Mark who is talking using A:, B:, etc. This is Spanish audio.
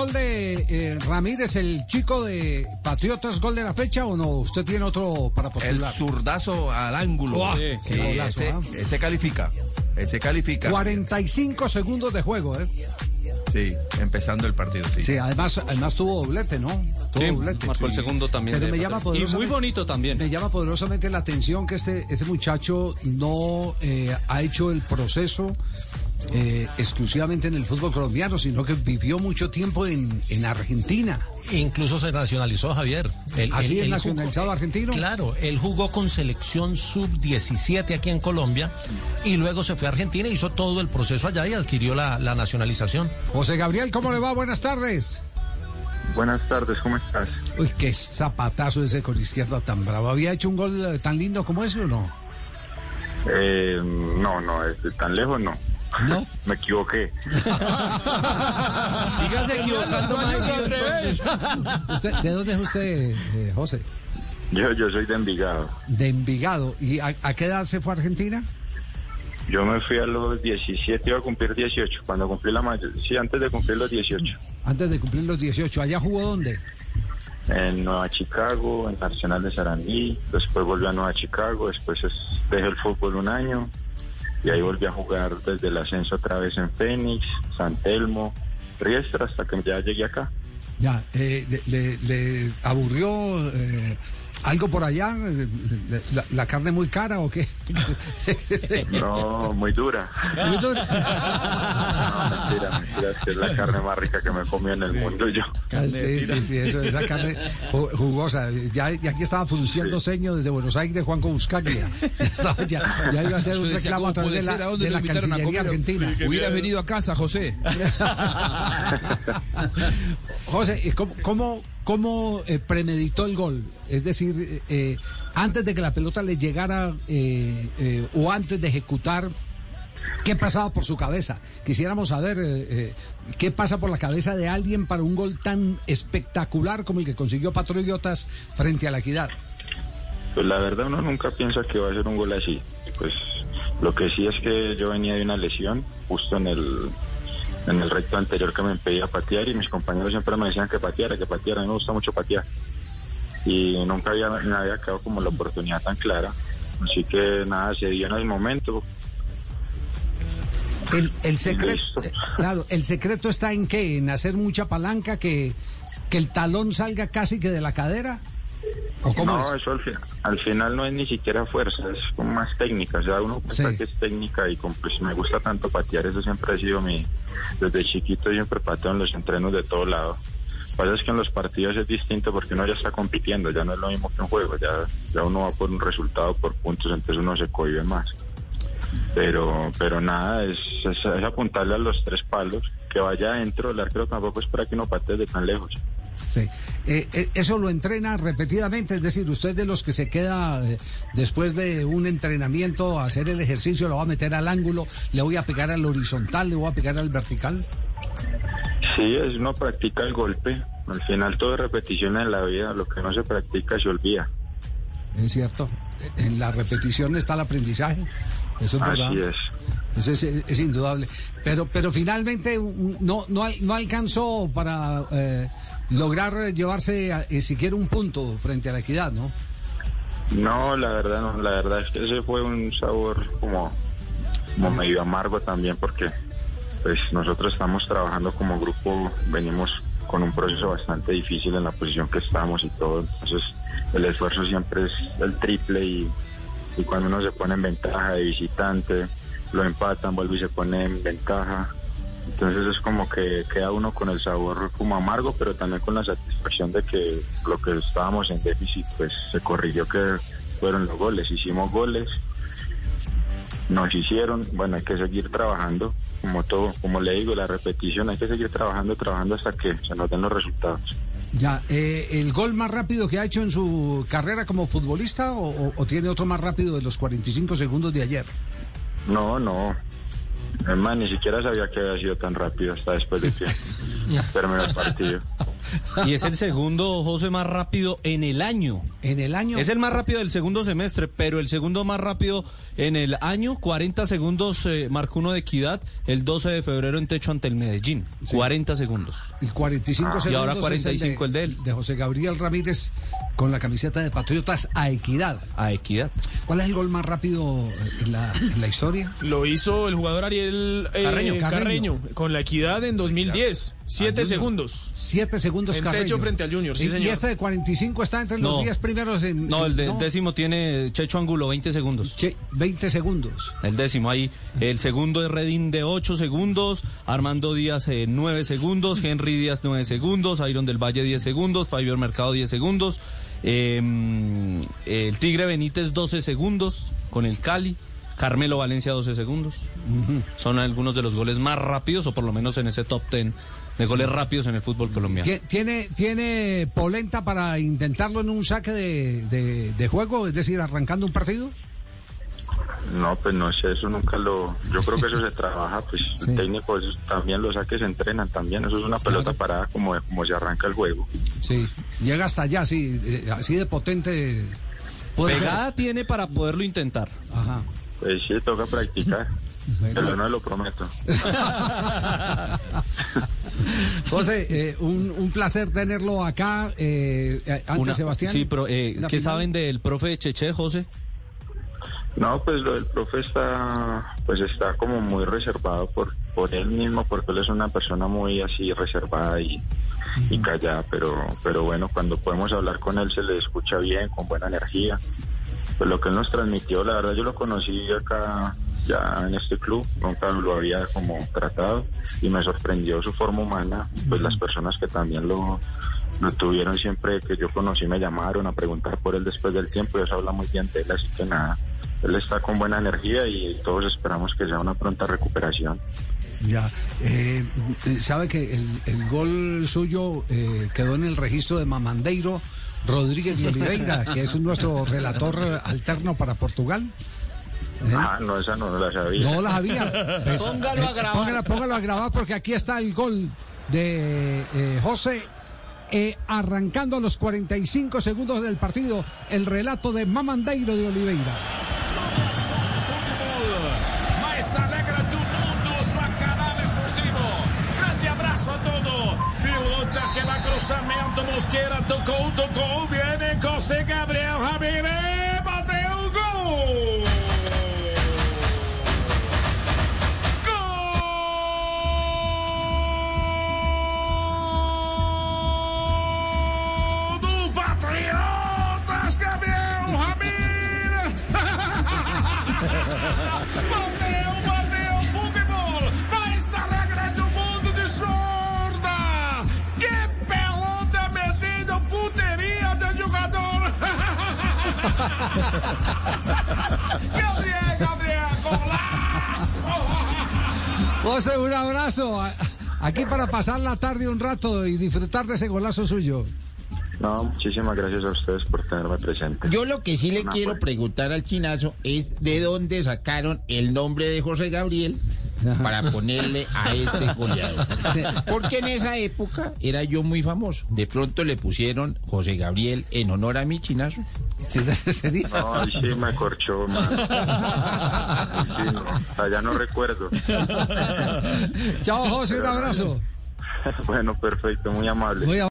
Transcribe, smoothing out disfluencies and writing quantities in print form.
A: gol de Ramírez, el chico de Patriotas, gol de la fecha o no? ¿Usted tiene otro para postular?
B: El zurdazo al ángulo.
A: ¡Uah!
B: Sí,
A: Qué golazo,
B: ese califica. Ese califica.
A: 45 segundos de juego,
B: Sí, empezando el partido, sí.
A: Sí, además tuvo doblete, ¿no? Tuvo doblete.
C: Marcó el segundo también.
A: Pero me llama poderosamente,
C: y muy bonito también.
A: Me llama poderosamente la atención que ese muchacho no ha hecho el proceso exclusivamente en el fútbol colombiano, sino que vivió mucho tiempo en Argentina.
D: Incluso se nacionalizó, Javier.
A: ¿Así es nacionalizado argentino?
D: Claro, él jugó con selección sub-17 aquí en Colombia y luego se fue a Argentina, hizo todo el proceso allá y adquirió la nacionalización.
A: José Gabriel, ¿cómo le va? Buenas tardes.
E: Buenas tardes, ¿cómo estás?
A: Uy, qué zapatazo ese con izquierda tan bravo. ¿Había hecho un gol tan lindo como ese o no?
E: No, tan lejos no.
A: ¿No?
E: Me equivoqué.
C: Sígase equivocando más.
A: ¿De dónde es usted, José?
E: Yo soy de Envigado.
A: De Envigado. ¿Y a qué edad se fue a Argentina?
E: Yo me fui a los 17, iba a cumplir 18. Cuando cumplí la mayoría, sí, antes de cumplir los 18.
A: Antes de cumplir los 18. ¿Allá jugó dónde?
E: En Nueva Chicago, en Arsenal de Sarandí. Después volví a Nueva Chicago. Después dejé el fútbol un año. Y ahí volví a jugar desde el ascenso otra vez en Fénix, San Telmo, Riestra, hasta que ya llegué acá.
A: Ya, ¿le aburrió algo por allá? ¿La carne muy cara o qué?
E: No, muy dura.
A: ¿Muy dura?
E: No, mentira, es que es la carne más rica que me he comido en el mundo yo.
A: Sí, esa carne jugosa. Ya aquí estaba funcionando ceño desde Buenos Aires, Juanco Buscaglia. Ya iba a hacer un reclamo a través de la Cancillería Argentina.
F: Hubieras venido a casa, José.
A: José, ¿cómo premeditó el gol? Es decir, antes de que la pelota le llegara o antes de ejecutar, ¿qué pasaba por su cabeza? Quisiéramos saber qué pasa por la cabeza de alguien para un gol tan espectacular como el que consiguió Patriotas frente a la Equidad.
E: Pues la verdad uno nunca piensa que va a ser un gol así. Pues lo que sí es que yo venía de una lesión justo en el recto anterior que me impedía patear y mis compañeros siempre me decían que pateara, a mí me gusta mucho patear y nunca me había quedado como la oportunidad tan clara, así que nada, se dio en el momento.
A: El secreto, claro, el secreto está en qué, en hacer mucha palanca, que el talón salga casi que de la cadera. ¿O cómo
E: no,
A: es?
E: eso al final no es ni siquiera fuerza, es como más técnica, o sea, uno piensa que es técnica y pues me gusta tanto patear, eso siempre ha sido desde chiquito siempre pateo en los entrenos de todo lado. Lo que pasa es que en los partidos es distinto porque uno ya está compitiendo, ya no es lo mismo que un juego, ya uno va por un resultado, por puntos, entonces uno se cohíbe más. Pero nada, es apuntarle a los 3 palos, que vaya adentro, el arquero tampoco es para que uno patee de tan lejos.
A: Sí, eso lo entrena repetidamente, es decir, usted de los que se queda después de un entrenamiento a hacer el ejercicio, lo va a meter al ángulo, le voy a pegar al horizontal, le voy a pegar al vertical.
E: Sí, uno practica el golpe, al final todo es repetición en la vida, lo que no se practica se olvida.
A: Es cierto, en la repetición está el aprendizaje, eso es verdad.
E: Así es.
A: Eso es indudable, pero finalmente no alcanzó para lograr llevarse siquiera un punto frente a la Equidad, ¿no?
E: No, la verdad es que ese fue un sabor como medio amargo también, porque pues nosotros estamos trabajando como grupo, venimos con un proceso bastante difícil en la posición que estamos y todo, entonces el esfuerzo siempre es el triple y cuando uno se pone en ventaja de visitante, lo empatan, vuelve y se pone en ventaja. Entonces es como que queda uno con el sabor como amargo, pero también con la satisfacción de que lo que estábamos en déficit pues se corrigió, que fueron los goles. Hicimos goles, nos hicieron, bueno, hay que seguir trabajando, como todo, como le digo, la repetición, hay que seguir trabajando hasta que se nos den los resultados.
A: Ya, ¿el gol más rápido que ha hecho en su carrera como futbolista o tiene otro más rápido de los 45 segundos de ayer?
E: No. Es más, ni siquiera sabía que había sido tan rápido hasta después de que terminó el partido.
C: Y es el segundo, José, más rápido en el año.
A: En el año.
C: Es el más rápido del segundo semestre, pero el segundo más rápido en el año, 40 segundos marcó uno de Equidad el 12 de febrero en techo ante el Medellín. Sí. 40 segundos.
A: Y 45 segundos.
C: Y ahora 45 el de él.
A: De José Gabriel Ramírez con la camiseta de Patriotas a Equidad.
C: A Equidad.
A: ¿Cuál es el gol más rápido en la historia?
F: Lo hizo el jugador Ariel Carreño con la Equidad en 2010. 7 segundos.
A: 7 segundos
F: en
A: Carreño.
F: Techo frente al Junior, sí, señor.
A: ¿Y este de 45 está entre los 10 primeros?
C: No, el décimo tiene Checho Angulo, 20 segundos.
A: 20 segundos.
C: El décimo ahí. El segundo es Redín de 8 segundos, Armando Díaz 9 segundos, Henry Díaz 9 segundos, Iron del Valle 10 segundos, Fabio Mercado 10 segundos, el Tigre Benítez 12 segundos con el Cali. Carmelo Valencia 12 segundos. Son algunos de los goles más rápidos, o por lo menos en ese top 10 de goles rápidos en el fútbol colombiano.
A: ¿Tiene polenta para intentarlo en un saque de juego? Es decir, arrancando un partido.
E: No, pues no sé, eso nunca lo... Yo creo que eso se trabaja, pues sí. El técnico también, los saques se entrenan también. Eso es una pelota parada como se arranca el juego.
A: Sí, llega hasta allá, sí, así de potente.
C: Pegada ser. Tiene para poderlo intentar.
A: Ajá.
E: Pues sí, toca practicar. Bueno. Pero no lo prometo.
A: José, un placer tenerlo acá. Sebastián.
C: Sí, pero ¿qué saben del profe Cheche, José?
E: No, pues lo del profe está como muy reservado por él mismo, porque él es una persona muy así reservada y callada, pero bueno, cuando podemos hablar con él se le escucha bien, con buena energía. Pues lo que él nos transmitió, la verdad yo lo conocí acá ya en este club, nunca lo había como tratado y me sorprendió su forma humana, pues las personas que también lo tuvieron siempre que yo conocí me llamaron a preguntar por él después del tiempo y eso habla muy bien de él, así que nada, él está con buena energía y todos esperamos que sea una pronta recuperación.
A: Ya, sabe que el gol suyo quedó en el registro de Mamandeiro Rodríguez de Oliveira, que es nuestro relator alterno para Portugal.
E: No, esa no la sabía.
A: No la sabía. Pues,
C: póngalo a grabar.
A: Póngalo a grabar porque aquí está el gol de José. Arrancando los 45 segundos del partido, el relato de Mamandeiro de Oliveira.
G: Mais alegra do mundo, sua canal esportivo. Grande abraço a todo. Pilota que va cruzamento, Mosquera tocou, viene José Gabriel Ramírez, bateu o gol. Gol do Patriotas, Gabriel Ramírez. Bateu, futebol, mais alegre do mundo de sorda. Que pelota metendo puteria de jogador. Gabriel, golazo.
A: José, un abrazo. Aquí para pasar la tarde un rato y disfrutar de ese golazo suyo.
E: No, muchísimas gracias a ustedes por tenerme presente.
H: Yo lo que sí le quiero preguntar al Chinazo es de dónde sacaron el nombre de José Gabriel para ponerle a este goleador. Porque en esa época era yo muy famoso. De pronto le pusieron José Gabriel en honor a mi Chinazo.
E: No, sí me corchó, man. Sí, no, allá no recuerdo.
A: Chao, José, un abrazo.
E: Bueno, perfecto, muy amable.